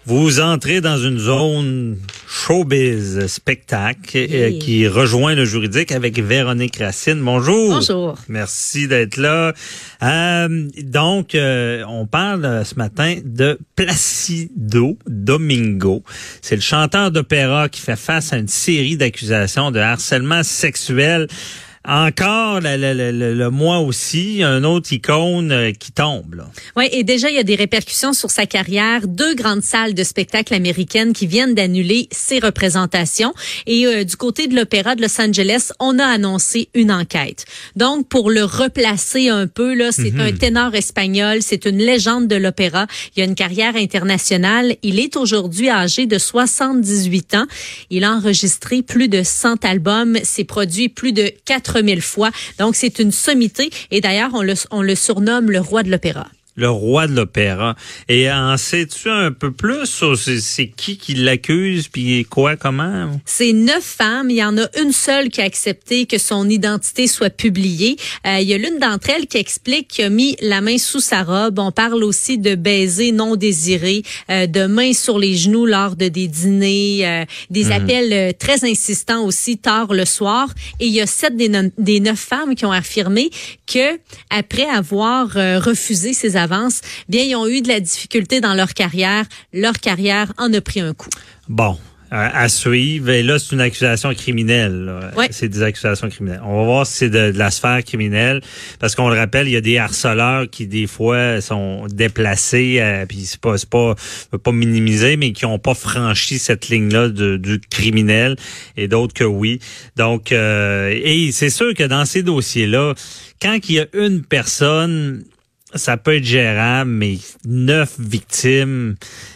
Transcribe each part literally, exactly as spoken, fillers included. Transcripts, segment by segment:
Vous entrez dans une zone showbiz spectacle oui. euh, qui rejoint le juridique avec Véronique Racine. Bonjour. Bonjour. Merci d'être là. Euh, donc, euh, on parle ce matin de Placido Domingo. C'est le chanteur d'opéra qui fait face à une série d'accusations de harcèlement sexuel. Encore le, le, le, le mois aussi, un autre icône euh, qui tombe. Là. Oui, et déjà, il y a des répercussions sur sa carrière. Deux grandes salles de spectacle américaines qui viennent d'annuler ses représentations. Et euh, du côté de l'Opéra de Los Angeles, on a annoncé une enquête. Donc, pour le replacer un peu, là, c'est mm-hmm. un ténor espagnol, c'est une légende de l'opéra. Il a une carrière internationale. Il est aujourd'hui âgé de soixante-dix-huit ans. Il a enregistré plus de cent albums, s'est produit plus de quatre mille fois. Donc, c'est une sommité. Et d'ailleurs, on le, on le surnomme le roi de l'opéra. Le roi de l'opéra. Et en sais-tu un peu plus sur c'est, c'est qui qui l'accuse, puis quoi, comment? C'est neuf femmes. Il y en a une seule qui a accepté que son identité soit publiée. Euh, il y a l'une d'entre elles qui explique qu'il a mis la main sous sa robe. On parle aussi de baisers non désirés, euh, de mains sur les genoux lors de des dîners, euh, des mmh. appels euh, très insistants aussi tard le soir. Et il y a sept des, no- des neuf femmes qui ont affirmé que après avoir euh, refusé ces avances, bien, ils ont eu de la difficulté dans leur carrière. Leur carrière en a pris un coup. Bon, à, à suivre. Et là, c'est une accusation criminelle. Ouais. C'est des accusations criminelles. On va voir si c'est de, de la sphère criminelle. Parce qu'on le rappelle, il y a des harceleurs qui, des fois, sont déplacés. Euh, puis c'est pas, c'est pas, je veux pas minimiser, mais qui ont pas franchi cette ligne-là de, du criminel. Et d'autres que oui. Donc, euh, et c'est sûr que dans ces dossiers-là, quand il y a une personne, ça peut être gérable, mais neuf victimes,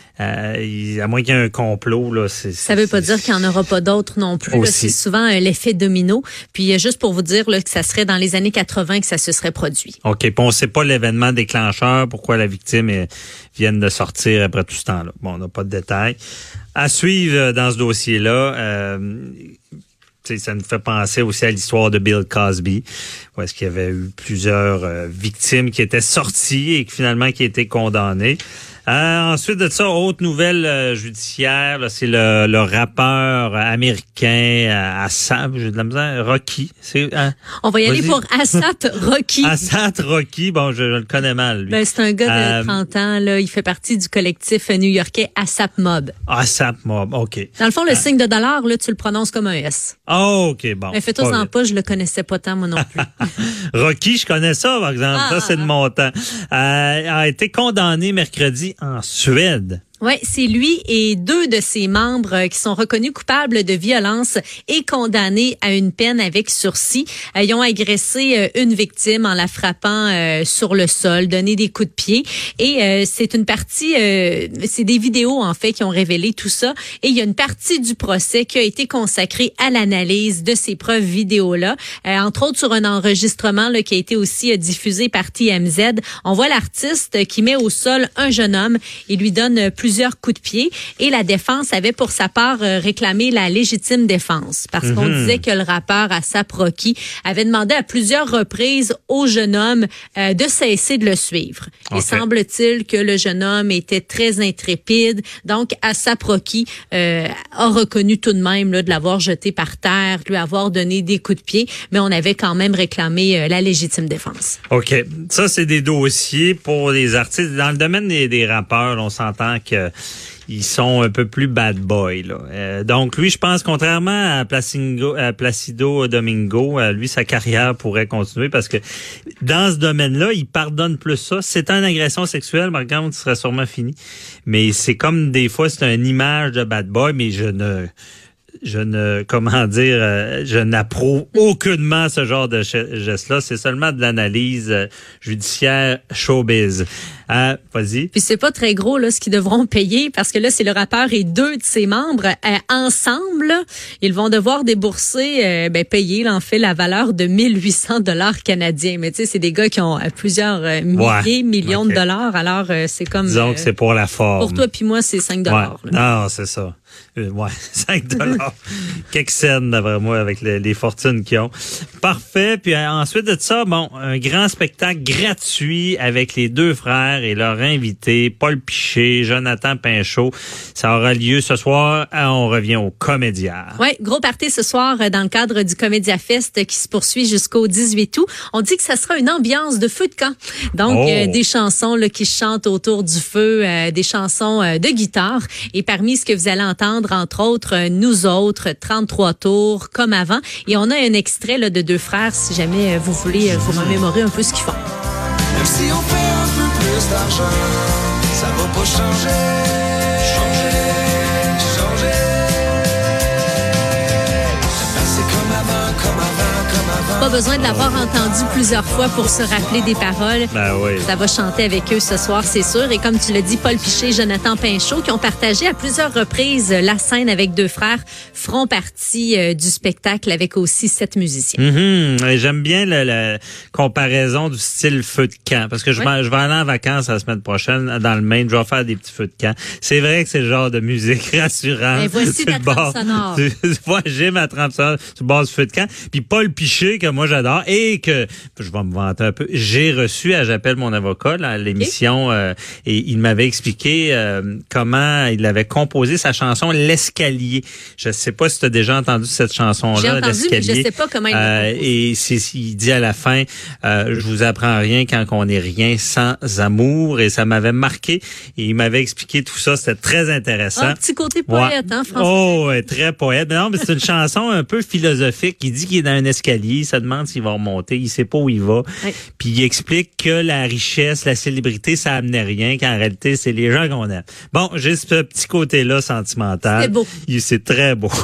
euh, à moins qu'il y ait un complot, là, c'est, ça veut pas c'est, dire qu'il n'y en aura pas d'autres non plus. Là, c'est souvent euh, l'effet domino. Puis juste pour vous dire là, que ça serait dans les années quatre-vingts que ça se serait produit. OK. Puis on sait pas l'événement déclencheur, pourquoi la victime est, vienne de sortir après tout ce temps-là. Bon, on n'a pas de détails. À suivre dans ce dossier-là, euh, T'sais, ça nous fait penser aussi à l'histoire de Bill Cosby, où est-ce qu'il y avait eu plusieurs euh, victimes qui étaient sorties et qui finalement qui étaient condamnées. Euh, ensuite de ça, autre nouvelle euh, judiciaire, là, c'est le, le rappeur américain euh, Asap, j'ai de la misère, Rocky. C'est, hein? On va y Vas-y. aller pour Asap Rocky. Asap Rocky, bon, je, je le connais mal, lui. Ben, c'est un gars de euh, trente ans, là. Il fait partie du collectif new-yorkais Asap Mob. Asap Mob, OK. Dans le fond, le euh, signe de dollar, là, tu le prononces comme un S. Oh, OK, bon. Mais fais-toi en pas, je le connaissais pas tant, moi non plus. Rocky, je connais ça, par exemple. Ah, ça, c'est de mon temps. Euh, a été condamné mercredi en Suède. Oui, c'est lui et deux de ses membres qui sont reconnus coupables de violence et condamnés à une peine avec sursis. Euh, ils ont agressé euh, une victime en la frappant euh, sur le sol, donné des coups de pied. Et euh, c'est une partie, euh, c'est des vidéos en fait qui ont révélé tout ça. Et il y a une partie du procès qui a été consacrée à l'analyse de ces preuves vidéo-là, euh, entre autres sur un enregistrement là, qui a été aussi euh, diffusé par T M Z. On voit l'artiste qui met au sol un jeune homme et lui donne euh, plusieurs plusieurs coups de pied et la défense avait pour sa part euh, réclamé la légitime défense parce mm-hmm. qu'on disait que le rappeur Asap Rocky avait demandé à plusieurs reprises au jeune homme euh, de cesser de le suivre. Okay. Et semble-t-il que le jeune homme était très intrépide. Donc, Asap Rocky euh, a reconnu tout de même là, de l'avoir jeté par terre, lui avoir donné des coups de pied, mais on avait quand même réclamé euh, la légitime défense. OK. Ça, c'est des dossiers pour les artistes. Dans le domaine des, des rappeurs, on s'entend que ils sont un peu plus bad boy là. Euh, donc lui, je pense contrairement à Placido, à Placido Domingo, euh, lui sa carrière pourrait continuer parce que dans ce domaine-là, il pardonne plus ça. C'est une agression sexuelle, par exemple, ce serait sûrement fini. Mais c'est comme des fois c'est une image de bad boy, mais je ne je ne, comment dire, euh, je n'approuve aucunement ce genre de geste-là. C'est seulement de l'analyse euh, judiciaire showbiz. Euh, vas-y. Puis c'est pas très gros là ce qu'ils devront payer parce que là c'est le rappeur et deux de ses membres euh, ensemble, là, ils vont devoir débourser, euh, ben payer là, en fait la valeur de mille huit cents dollars canadiens. Mais tu sais c'est des gars qui ont euh, plusieurs euh, milliers, ouais, millions okay. de dollars. Alors euh, c'est comme. Disons euh, que c'est pour la forme. Pour toi puis moi c'est cinq dollars. Ouais. Non c'est ça. Euh, ouais, cinq dollars. Quelques scènes, d'après moi, avec les, les fortunes qu'ils ont. Parfait. Puis euh, ensuite de ça, bon, un grand spectacle gratuit avec les deux frères et leur invité, Paul Piché, Jonathan Pinchot. Ça aura lieu ce soir. On revient au Comédia. Oui, gros party ce soir dans le cadre du Comédia Fest qui se poursuit jusqu'au dix-huit août. On dit que ça sera une ambiance de feu de camp. Donc, oh. euh, des chansons là, qui chantent autour du feu, euh, des chansons euh, de guitare. Et parmi ce que vous allez entendre, entre autres, euh, Nous autres, trente-trois tours, comme avant. Et on a un extrait là, de Deux frères, si jamais euh, vous voulez euh, vous remémorer un peu ce qu'ils font. Même si on fait un peu plus d'argent, ça va pas changer, changer, changer. C'est comme avant, comme avant, comme avant. Pas besoin de l'avoir entendu plusieurs fois pour se rappeler des paroles. Ben oui. Ça va chanter avec eux ce soir, c'est sûr. Et comme tu l'as dit, Paul Piché et Jonathan Pinchot, qui ont partagé à plusieurs reprises la scène avec Deux frères, feront partie euh, du spectacle avec aussi sept musiciens. Mm-hmm. J'aime bien la, la comparaison du style feu de camp, parce que je, ouais. vais, je vais aller en vacances la semaine prochaine dans le Maine, je vais faire des petits feux de camp. C'est vrai que c'est le genre de musique rassurante. Et voici ta trame sonore. Moi, j'ai ma trame sonore sur base du feu de camp. Puis Paul Piché, que moi j'adore, et que, je vais me vanter un peu, j'ai reçu à J'appelle mon avocat, là, à l'émission, okay. euh, et il m'avait expliqué euh, comment il avait composé sa chanson L'Escalier. Je sais pas si tu as déjà entendu cette chanson-là, j'ai entendu, L'Escalier. Mais je sais pas comment il l'a euh, Et c'est, il dit à la fin, euh, je vous apprends rien quand on n'est rien sans amour, et ça m'avait marqué, et il m'avait expliqué tout ça, c'était très intéressant. Un petit côté poète, ouais. hein, François? Oh, ouais, très poète. Mais non, mais c'est une chanson un peu philosophique. Il dit qu'il est dans un escalier, il se demande s'il va remonter, il sait pas où il va. Ouais. Puis il explique que la richesse, la célébrité, ça amenait rien, qu'en réalité, c'est les gens qu'on aime. Bon, j'ai ce petit côté-là sentimental. C'est beau. C'est très beau.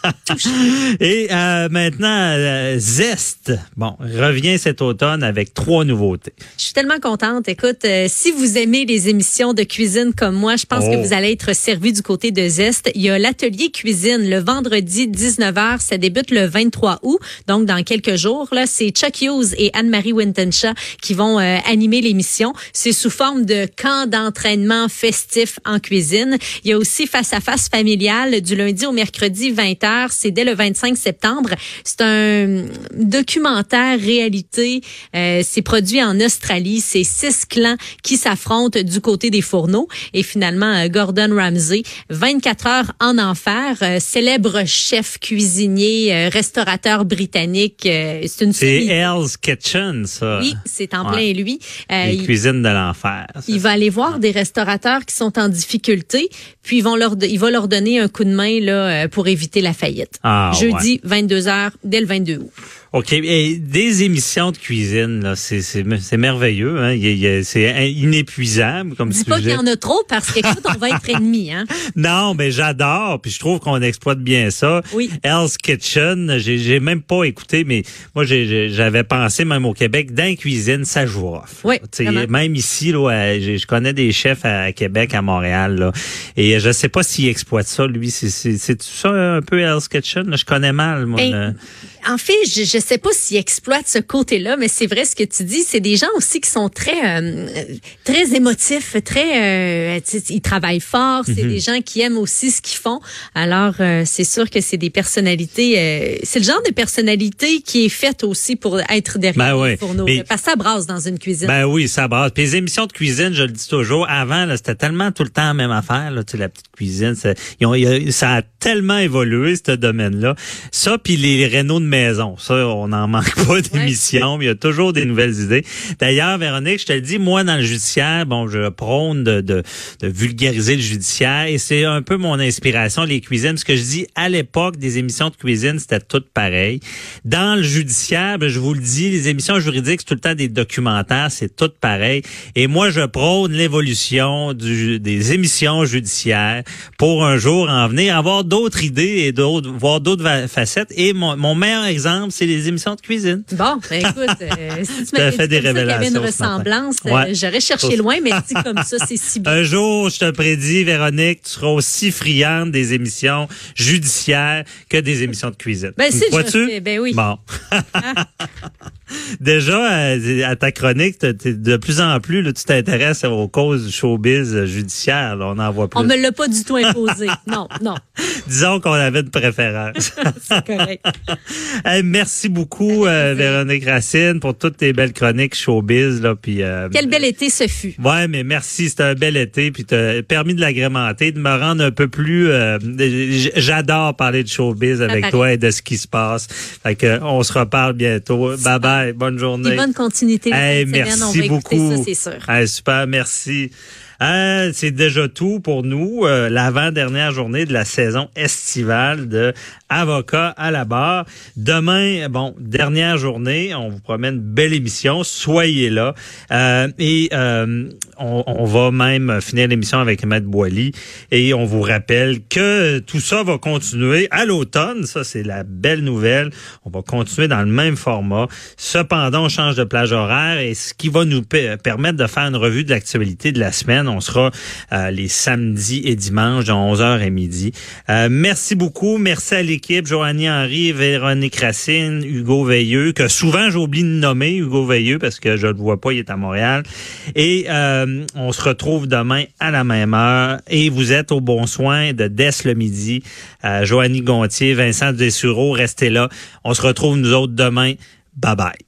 Et euh, maintenant, euh, Zest, bon, revient cet automne avec trois nouveautés. Je suis tellement contente. Écoute, euh, si vous aimez les émissions de cuisine comme moi, je pense oh. que vous allez être servi du côté de Zest. Il y a l'atelier cuisine le vendredi dix-neuf heures. Ça débute le vingt-trois août, donc dans quelques jours. Là, c'est Chuck Hughes et Anne-Marie Wintenshaw qui vont euh, animer l'émission. C'est sous forme de camp d'entraînement festif en cuisine. Il y a aussi face à face familial du lundi au mercredi vingt heures. C'est dès le vingt-cinq septembre. C'est un documentaire réalité. Euh, c'est produit en Australie. C'est six clans qui s'affrontent du côté des fourneaux. Et finalement, euh, Gordon Ramsay, vingt-quatre heures en enfer, euh, célèbre chef cuisinier, euh, restaurateur britannique. Euh, c'est une C'est Hell's Kitchen, ça. Oui, c'est en plein ouais. lui. Euh, Les il, cuisines de l'enfer. Il va aller voir des restaurateurs qui sont en difficulté, puis ils vont leur, il va leur donner un coup de main là pour éviter la faillite. Ah, Jeudi, ouais. vingt-deux heures, dès le vingt-deux août. OK. Et des émissions de cuisine, là, c'est, c'est, c'est merveilleux, hein. Il y a, c'est inépuisable, comme Dis sujet. pas qu'il y en a trop, parce qu'écoute, on va être ennemis, hein. Non, mais j'adore, puis je trouve qu'on exploite bien ça. Oui. Hell's Kitchen, j'ai, j'ai même pas écouté, mais moi, j'ai, j'avais pensé, même au Québec, dans la cuisine, ça joue off. Oui, même ici, là, je connais des chefs à Québec, à Montréal, là, et je sais pas s'il exploite ça, lui. C'est, c'est, c'est ça un peu Hell's Kitchen? Là? Je connais mal, moi. Et, le... En fait, je, je sais pas s'ils exploitent ce côté-là, mais c'est vrai ce que tu dis. C'est des gens aussi qui sont très, euh, très émotifs, très, euh, ils travaillent fort. C'est mm-hmm. des gens qui aiment aussi ce qu'ils font. Alors, euh, c'est sûr que c'est des personnalités. Euh, c'est le genre de personnalité qui est faite aussi pour être derrière ben les oui. fourneaux. Mais, parce que ça brasse dans une cuisine. Ben oui, ça brasse. Puis les émissions de cuisine, je le dis toujours, avant, là, c'était tellement tout le temps la même affaire. Là, tu sais, la petite cuisine, ça, ils ont, ils, ça a tellement évolué ce domaine-là. Ça, puis les rénaux de maison, ça, on n'en manque pas d'émissions, mais il y a toujours des nouvelles idées. D'ailleurs, Véronique, je te le dis, moi, dans le judiciaire, bon, je prône de, de, de vulgariser le judiciaire, et c'est un peu mon inspiration, les cuisines. Ce que je dis, à l'époque, des émissions de cuisine, c'était tout pareil. Dans le judiciaire, ben, je vous le dis, les émissions juridiques, c'est tout le temps des documentaires, c'est tout pareil. Et moi, je prône l'évolution du, des émissions judiciaires pour un jour en venir, avoir d'autres idées et d'autres, voir d'autres facettes. Et mon, mon meilleur exemple, c'est les émissions de cuisine. Bon, ben écoute, euh, si tu m'avais dit fait des comme ça qu'il y avait une révélations ressemblance, euh, ouais. j'aurais cherché loin, mais dit comme ça, c'est si bien. Un jour, je te prédis, Véronique, tu seras aussi friande des émissions judiciaires que des émissions de cuisine. Ben si, crois-tu? Je ben oui. Bon. Ah. Déjà, à ta chronique, de plus en plus, là, tu t'intéresses aux causes du showbiz judiciaire. Là, on en voit plus. On me l'a pas du tout imposé. Non, non. Disons qu'on avait une préférence. C'est correct. Hey, merci beaucoup, euh, Véronique Racine, pour toutes tes belles chroniques showbiz. Là, puis, euh, Quel bel été ce fut. Ouais, mais merci, c'était un bel été, puis t'as permis de l'agrémenter, de me rendre un peu plus... Euh, j'adore parler de showbiz avec toi et de ce qui se passe. Fait que, on se reparle bientôt. Bye bye, bonne journée. Et bonne continuité. Hey, merci on va beaucoup. Ça, c'est sûr. Hey, super, merci. Euh, c'est déjà tout pour nous. Euh, l'avant-dernière journée de la saison estivale de Avocats à la barre. Demain, bon, dernière journée. On vous promet une belle émission. Soyez là. Euh, et euh, on, on va même finir l'émission avec Maître Boily. Et on vous rappelle que tout ça va continuer à l'automne. Ça, c'est la belle nouvelle. On va continuer dans le même format. Cependant, on change de plage horaire et ce qui va nous p- permettre de faire une revue de l'actualité de la semaine. On sera euh, les samedis et dimanches de onze heures à midi. Euh, merci beaucoup. Merci à l'équipe. Joanie Henry, Véronique Racine, Hugo Veilleux, que souvent j'oublie de nommer, Hugo Veilleux, parce que je ne le vois pas, il est à Montréal. Et euh, on se retrouve demain à la même heure. Et vous êtes au bon soin de Dès le midi. Euh, Joanie Gontier, Vincent Dessureau, restez là. On se retrouve nous autres demain. Bye bye.